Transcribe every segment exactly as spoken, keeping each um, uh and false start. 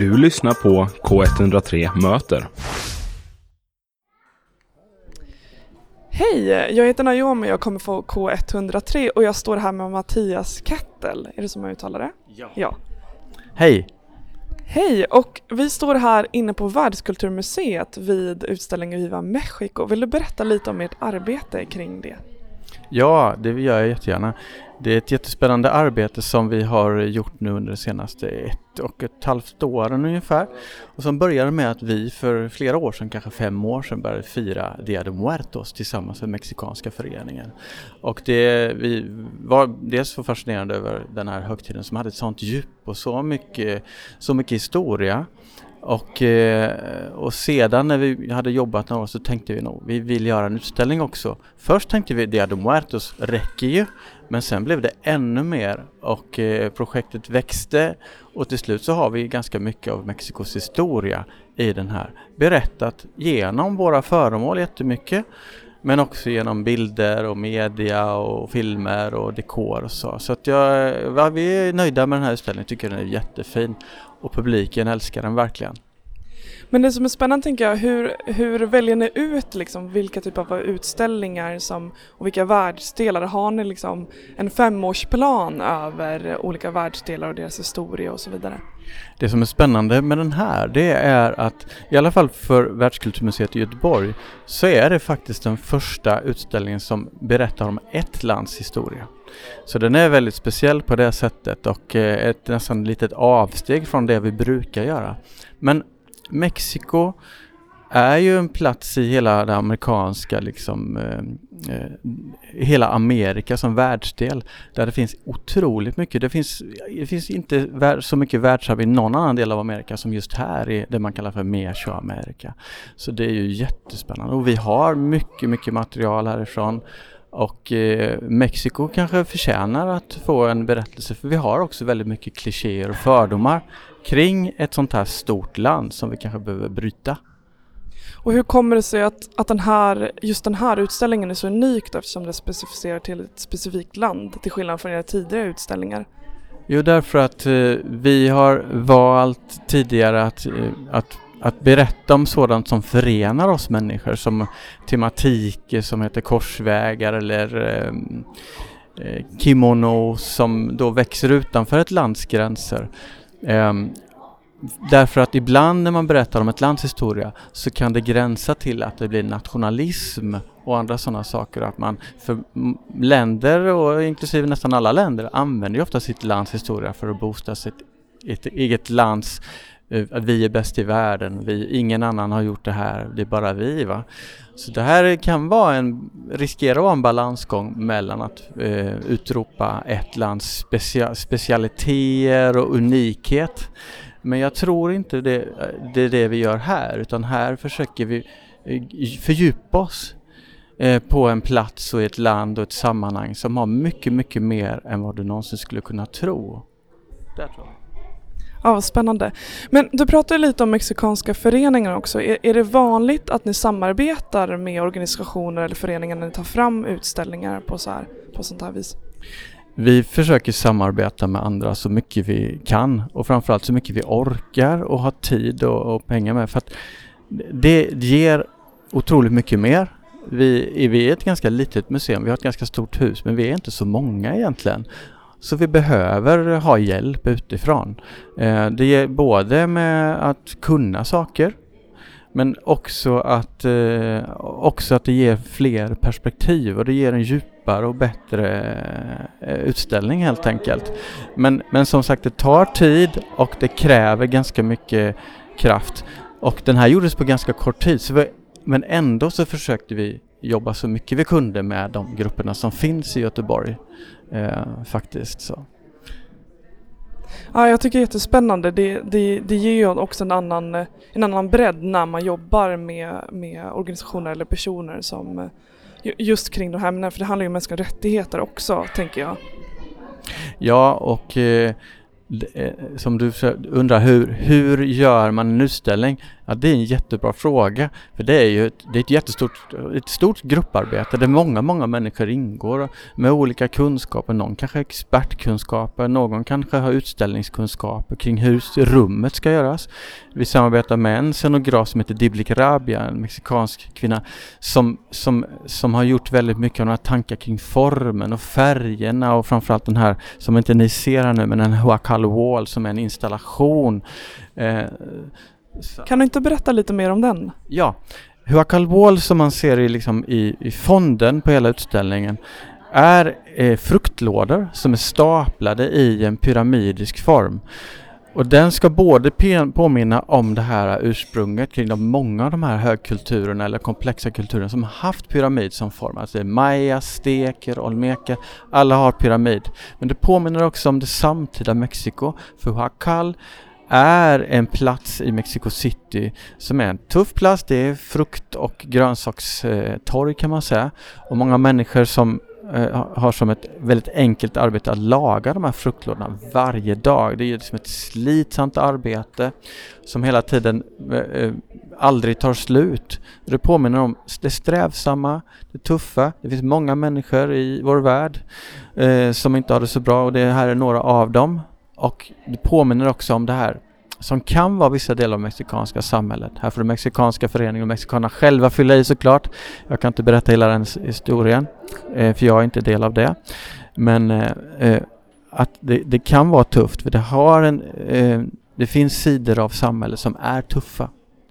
Du lyssnar på K ett noll tre Möter. Hej, jag heter Naomi och jag kommer från K ett noll tre och jag står här med Mattias Kettel. Är det som jag uttalar det? Ja. ja. Hej! Hej, och vi står här inne på Världskulturmuseet vid utställningen Viva Mexico. Vill du berätta lite om ert arbete kring det? Ja, det gör jag jättegärna. Det är ett jättespännande arbete som vi har gjort nu under de senaste ett och ett halvt åren ungefär. Och som började med att vi för flera år sedan, kanske fem år sedan, började fira Dia de Muertos tillsammans med mexikanska föreningen. Och det, vi var dels så fascinerade över den här högtiden som hade ett sånt djup och så mycket, så mycket historia. Och, och sedan när vi hade jobbat några år så tänkte vi nog, vi vill göra en utställning också. Först tänkte vi Dia de Muertos räcker ju, men sen blev det ännu mer och projektet växte och till slut så har vi ganska mycket av Mexikos historia i den här. Berättat genom våra föremål jättemycket, men också genom bilder och media och filmer och dekor och så. Så att jag, ja, vi är nöjda med den här utställningen, tycker den är jättefin och publiken älskar den verkligen. Men det som är spännande tänker jag, hur, hur väljer ni ut liksom, vilka typer av utställningar som, och vilka världsdelar? Har ni liksom en femårsplan över olika världsdelar och deras historia och så vidare? Det som är spännande med den här, det är att i alla fall för Världskulturmuseet i Göteborg så är det faktiskt den första utställningen som berättar om ett lands historia. Så den är väldigt speciell på det sättet och ett nästan litet avsteg från det vi brukar göra. Men Mexiko är ju en plats i hela det amerikanska, liksom, eh, eh, hela Amerika som världsdel där det finns otroligt mycket. Det finns, det finns inte vär- så mycket världsarv i någon annan del av Amerika som just här i det man kallar för Mesoamerika. Så det är ju jättespännande och vi har mycket, mycket material härifrån. Och eh, Mexiko kanske förtjänar att få en berättelse, för vi har också väldigt mycket klichéer och fördomar kring ett sånt här stort land som vi kanske behöver bryta. Och hur kommer det sig att, att den här, just den här utställningen är så unik då, eftersom det specificerar till ett specifikt land till skillnad från era tidigare utställningar? Jo, därför att eh, vi har valt tidigare att, eh, att Att berätta om sådant som förenar oss människor, som tematiker som heter korsvägar eller eh, kimono som då växer utanför ett lands gränser. Eh, därför att ibland när man berättar om ett lands historia så kan det gränsa till att det blir nationalism och andra sådana saker. Att man för länder, och inklusive nästan alla länder, använder ju ofta sitt lands historia för att boosta sitt ett eget lands att vi är bäst i världen, vi, ingen annan har gjort det här, det är bara vi, va? Så det här kan vara en, riskera att vara en balansgång mellan att eh, utropa ett lands specia, specialiteter och unikhet. Men jag tror inte det, det är det vi gör här, utan här försöker vi fördjupa oss eh, på en plats och ett land och ett sammanhang som har mycket, mycket mer än vad du någonsin skulle kunna tro. Där tror jag. Ja, vad spännande. Men du pratar lite om mexikanska föreningar också. Är, är det vanligt att ni samarbetar med organisationer eller föreningar när ni tar fram utställningar på, så här, på sånt här vis? Vi försöker samarbeta med andra så mycket vi kan och framförallt så mycket vi orkar och har tid och, och pengar med. För att det ger otroligt mycket mer. Vi, vi är ett ganska litet museum, vi har ett ganska stort hus, men vi är inte så många egentligen. Så vi behöver ha hjälp utifrån. Eh, det ger både med att kunna saker, men också att, eh, också att det ger fler perspektiv och det ger en djupare och bättre eh, utställning helt enkelt. Men, men som sagt, det tar tid och det kräver ganska mycket kraft. Och den här gjordes på ganska kort tid, så vi, men ändå så försökte vi jobba så mycket vi kunde med de grupperna som finns i Göteborg. Eh, faktiskt så. Ja, jag tycker det är jättespännande. Det, det, det ger ju också en annan, en annan bredd när man jobbar med, med organisationer eller personer som just kring de här ämnena. För det handlar ju om mänskliga rättigheter också, tänker jag. Ja, och eh, som du undrar, hur, hur gör man en utställning? Ja, det är en jättebra fråga. För det är ju ett, det är ett jättestort ett stort grupparbete där många, många människor ingår med olika kunskaper. Någon kanske har expertkunskaper, någon kanske har utställningskunskaper kring hur rummet ska göras. Vi samarbetar med en scenograf som heter Diblik Rabia, en mexikansk kvinna som, som, som har gjort väldigt mycket av några tankar kring formen och färgerna och framförallt den här som inte ni ser här nu, men en Huacal Wall som är en installation. Eh, Kan du inte berätta lite mer om den? Ja, Huacal Wall som man ser i, liksom i, i fonden på hela utställningen är eh, fruktlådor som är staplade i en pyramidisk form. Och den ska både pe- påminna om det här ursprunget kring de många av de här högkulturerna eller komplexa kulturerna som har haft pyramid som form. Alltså det är maya, steker, olmeker, alla har pyramid. Men det påminner också om det samtida Mexiko, för Huacal är en plats i Mexico City som är en tuff plats. Det är frukt- och grönsakstorg kan man säga. Och många människor som eh, har som ett väldigt enkelt arbete att laga de här fruktlådorna varje dag. Det är liksom ett slitsamt arbete som hela tiden eh, aldrig tar slut. Det påminner om det strävsamma, det tuffa. Det finns många människor i vår värld eh, som inte har det så bra, och det här är några av dem. Och det påminner också om det här som kan vara vissa delar av mexikanska samhället. Här får den mexikanska föreningen och mexikanerna själva fylla i såklart. Jag kan inte berätta hela den historien, eh, för jag är inte del av det. Men eh, att det, det kan vara tufft, för det, har en, eh, det finns sidor av samhället som är tuffa.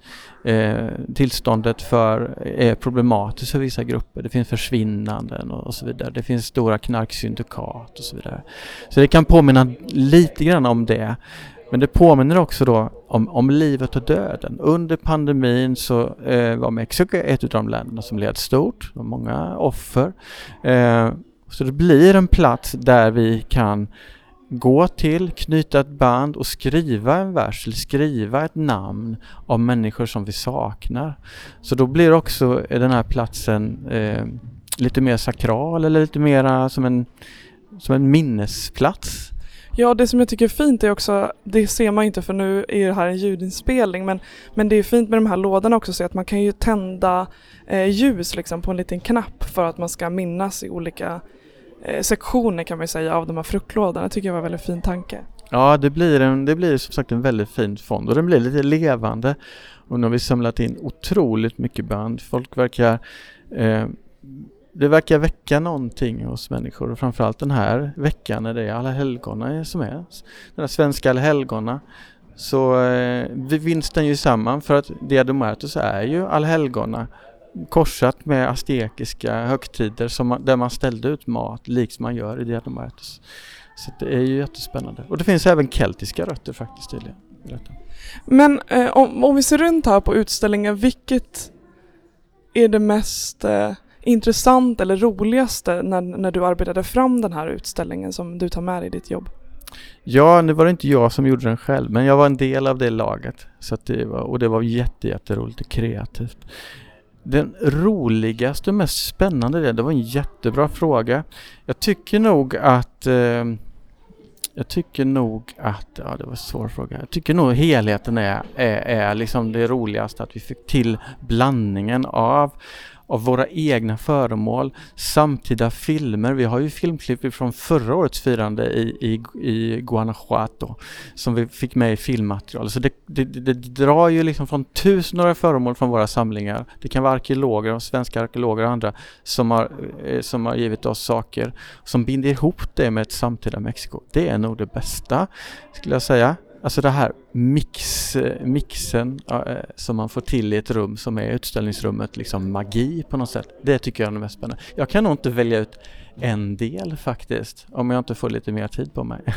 Eh, tillståndet för är problematiskt för vissa grupper. Det finns försvinnanden och, och så vidare. Det finns stora knarksyndikat och så vidare. Så det kan påminna lite grann om det. Men det påminner också då om, om livet och döden. Under pandemin så eh, var Mexiko ett av de länderna som led stort. Och många offer. Eh, så det blir en plats där vi kan gå till, knyta ett band och skriva en vers eller skriva ett namn av människor som vi saknar. Så då blir också den här platsen eh, lite mer sakral eller lite mer som en, som en minnesplats. Ja, det som jag tycker är fint är också, det ser man inte för nu är det här en ljudinspelning, men, men det är fint med de här lådorna också, så att man kan ju tända eh, ljus liksom, på en liten knapp för att man ska minnas i olika eh, sektioner kan man säga av de här fruktlådorna. Det tycker jag var en väldigt fin tanke. Ja, det blir, en, det blir som sagt en väldigt fin fond och den blir lite levande, och nu har vi samlat in otroligt mycket band. Folk verkar... Eh, Det verkar väcka någonting hos människor, och framförallt den här veckan när det är alla helgona som är, den här svenska alla helgona, så eh, vi vinns den ju samman, för att Dia de Muertos är ju alla helgona korsat med aztekiska högtider som man, där man ställde ut mat likt man gör i Dia de Muertos. Så det är ju jättespännande. Och det finns även keltiska rötter faktiskt tydligen. Men eh, om, om vi ser runt här på utställningen, vilket är det mest... Eh, intressant eller roligaste när, när du arbetade fram den här utställningen som du tar med i ditt jobb? Ja, nu var det inte jag som gjorde den själv, men jag var en del av det laget. Så att det var, och det var jätte, jätteroligt och kreativt. Den roligaste och mest spännande delen, det var en jättebra fråga. Jag tycker nog att... Eh, jag tycker nog att... Ja, det var en svår fråga. Jag tycker nog helheten är, är, är liksom det roligaste, att vi fick till blandningen av... av våra egna föremål, samtida filmer. Vi har ju filmklipp från förra årets firande i, i, i Guanajuato som vi fick med i filmmaterial. Så det, det, det drar ju liksom från tusen några föremål från våra samlingar. Det kan vara arkeologer, svenska arkeologer och andra som har, som har givit oss saker som binder ihop det med ett samtida Mexiko. Det är nog det bästa, skulle jag säga. Alltså det här mix, mixen äh, som man får till i ett rum som är utställningsrummet, liksom magi på något sätt. Det tycker jag är det mest spännande. Jag kan nog inte välja ut en del faktiskt, om jag inte får lite mer tid på mig.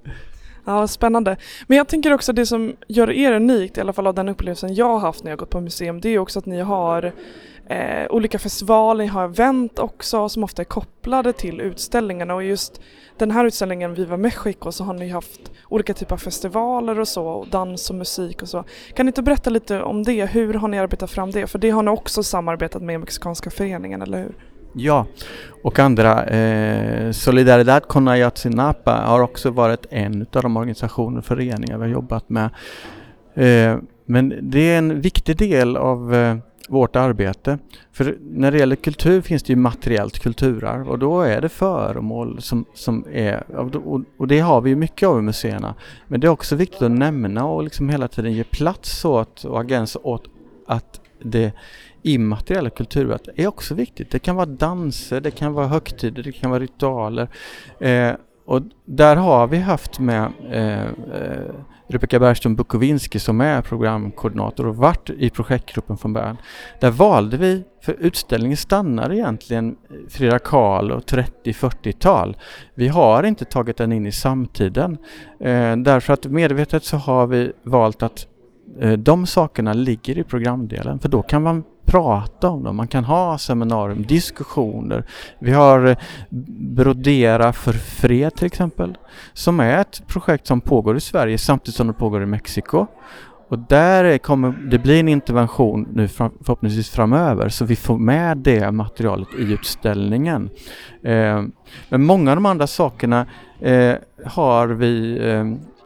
Ja, spännande. Men jag tänker också det som gör er unikt, i alla fall av den upplevelsen jag har haft när jag gått på museum, det är också att ni har eh, olika festivaler, ni har event också som ofta är kopplade till utställningarna, och just den här utställningen Viva Mexico så har ni haft olika typer av festivaler och så, och dans och musik och så. Kan ni inte berätta lite om det? Hur har ni arbetat fram det? För det har ni också samarbetat med Mexikanska föreningen, eller hur? Ja, och andra. Eh, Solidaridad con Ayotzinapa har också varit en av de organisationer och föreningar vi har jobbat med. Eh, men det är en viktig del av eh, vårt arbete. För när det gäller kultur finns det ju materiellt kulturarv och då är det föremål som, som är, och, och det har vi ju mycket av i museerna. Men det är också viktigt att nämna och liksom hela tiden ge plats åt och agens åt att det immateriella kulturarvet är också viktigt. Det kan vara danser, det kan vara högtider, det kan vara ritualer. Eh, och där har vi haft med eh, eh, Rebecka Bergström Bukovinski som är programkoordinator och varit i projektgruppen från början. Där valde vi, för utställningen stannar egentligen Frida Kahlo trettio-fyrtiotal. Vi har inte tagit den in i samtiden. Eh, därför att medvetet så har vi valt att eh, de sakerna ligger i programdelen. För då kan man prata om dem. Man kan ha seminarium, diskussioner. Vi har Brodera för fred till exempel. Som är ett projekt som pågår i Sverige samtidigt som det pågår i Mexiko. Och där kommer det bli en intervention nu förhoppningsvis framöver. Så vi får med det materialet i utställningen. Eh, men många av de andra sakerna eh, har vi eh,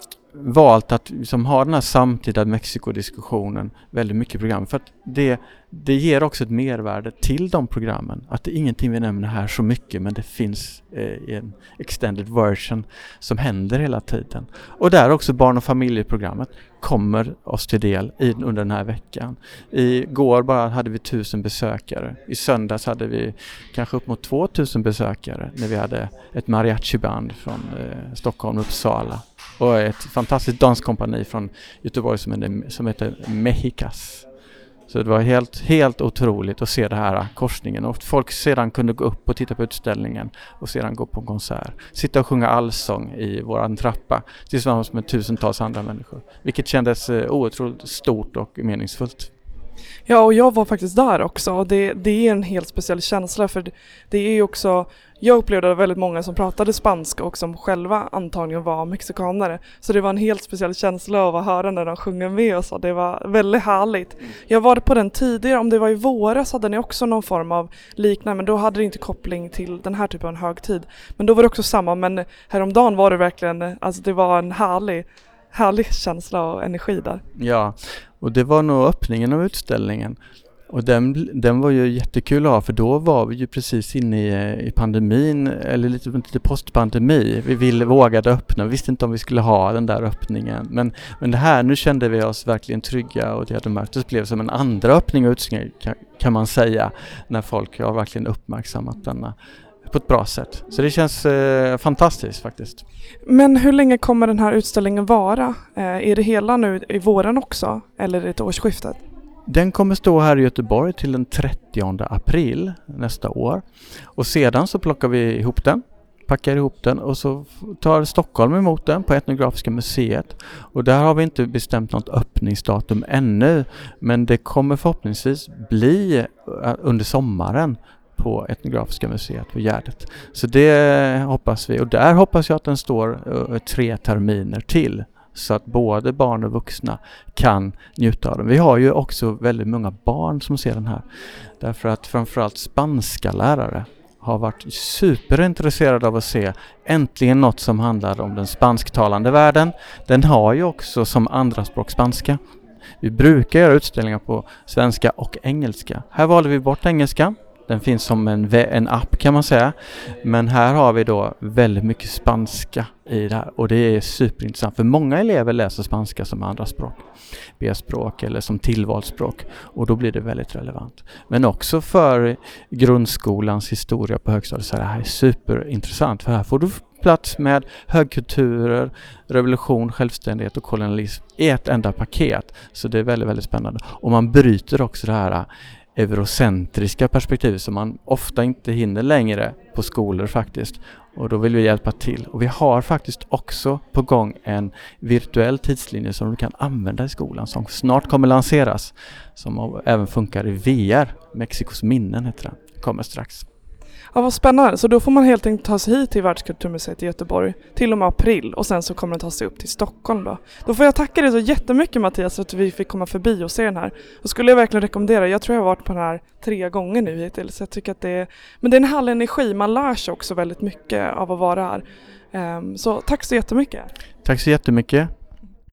valt att liksom ha den här samtida Mexiko-diskussionen väldigt mycket i program. För att det, det ger också ett mervärde till de programmen. Att det är ingenting vi nämner här så mycket men det finns eh, i en extended version som händer hela tiden. Och där också barn- och familjeprogrammet kommer oss till del i, under den här veckan. Igår bara hade vi tusen besökare. I söndags hade vi kanske upp mot tvåtusen besökare när vi hade ett mariachi-band från eh, Stockholm och Uppsala. Och ett fantastiskt danskompani från Göteborg som heter, som heter Mexicas. Så det var helt, helt otroligt att se det här korsningen. Och folk sedan kunde gå upp och titta på utställningen och sedan gå på en konsert. Sitta och sjunga allsång i våran trappa tillsammans med tusentals andra människor. Vilket kändes otroligt stort och meningsfullt. Ja, och jag var faktiskt där också och det, det är en helt speciell känsla för det, det är ju också, jag upplevde väldigt många som pratade spanska och som själva antagligen var mexikanare. Så det var en helt speciell känsla av att höra när de sjunger med oss och det var väldigt härligt. Jag var på den tidigare, om det var i våras hade ni också någon form av liknande, men då hade det inte koppling till den här typen av högtid. Men då var det också samma, men häromdagen var det verkligen, alltså det var en härlig härlig känsla och energi där. Ja, och det var nog öppningen av utställningen. Och den, den var ju jättekul att ha för då var vi ju precis inne i, i pandemin eller lite, lite postpandemi. Vi ville vågade öppna, vi visste inte om vi skulle ha den där öppningen. Men, men det här, nu kände vi oss verkligen trygga och det hade märkts blev som en andra öppning av utställningen kan, kan man säga när folk har verkligen uppmärksammat denna på ett bra sätt. Så det känns eh, fantastiskt faktiskt. Men hur länge kommer den här utställningen vara? Eh, är det hela nu i våren också? Eller är det ett årsskiftet? Den kommer stå här i Göteborg till den trettionde april nästa år. Och sedan så plockar vi ihop den, packar ihop den och så tar Stockholm emot den på Etnografiska museet. Och där har vi inte bestämt något öppningsdatum ännu. Men det kommer förhoppningsvis bli under sommaren på Etnografiska museet på Gärdet. Så det hoppas vi. Och där hoppas jag att den står uh, tre terminer till. Så att både barn och vuxna kan njuta av den. Vi har ju också väldigt många barn som ser den här. Därför att framförallt spanska lärare har varit superintresserade av att se äntligen något som handlar om den spansktalande världen. Den har ju också som andraspråk spanska. Vi brukar göra utställningar på svenska och engelska. Här valde vi bort engelska. Den finns som en, en app kan man säga. Men här har vi då väldigt mycket spanska i det här. Och det är superintressant. För många elever läser spanska som andra språk. B-språk eller som tillvalsspråk. Och då blir det väldigt relevant. Men också för grundskolans historia på högstadiet. Så det här är superintressant. För här får du plats med högkulturer, revolution, självständighet och kolonialism i ett enda paket. Så det är väldigt, väldigt spännande. Och man bryter också det här eurocentriska perspektiv som man ofta inte hinner längre på skolor faktiskt. Och då vill vi hjälpa till. Och vi har faktiskt också på gång en virtuell tidslinje som du kan använda i skolan som snart kommer lanseras. Som även funkar i V R. Mexikos minnen heter den. Kommer strax. Ja, vad spännande. Så då får man helt enkelt ta sig hit till Världskulturmuseet i Göteborg till och med april och sen så kommer den ta sig upp till Stockholm då. Då får jag tacka dig så jättemycket Mattias för att vi fick komma förbi och se den här. Och skulle jag verkligen rekommendera, jag tror jag har varit på den här tre gånger nu hittills. Så jag tycker att det är, men det är en härlig energi, man lär sig också väldigt mycket av att vara här. Um, så tack så jättemycket. Tack så jättemycket.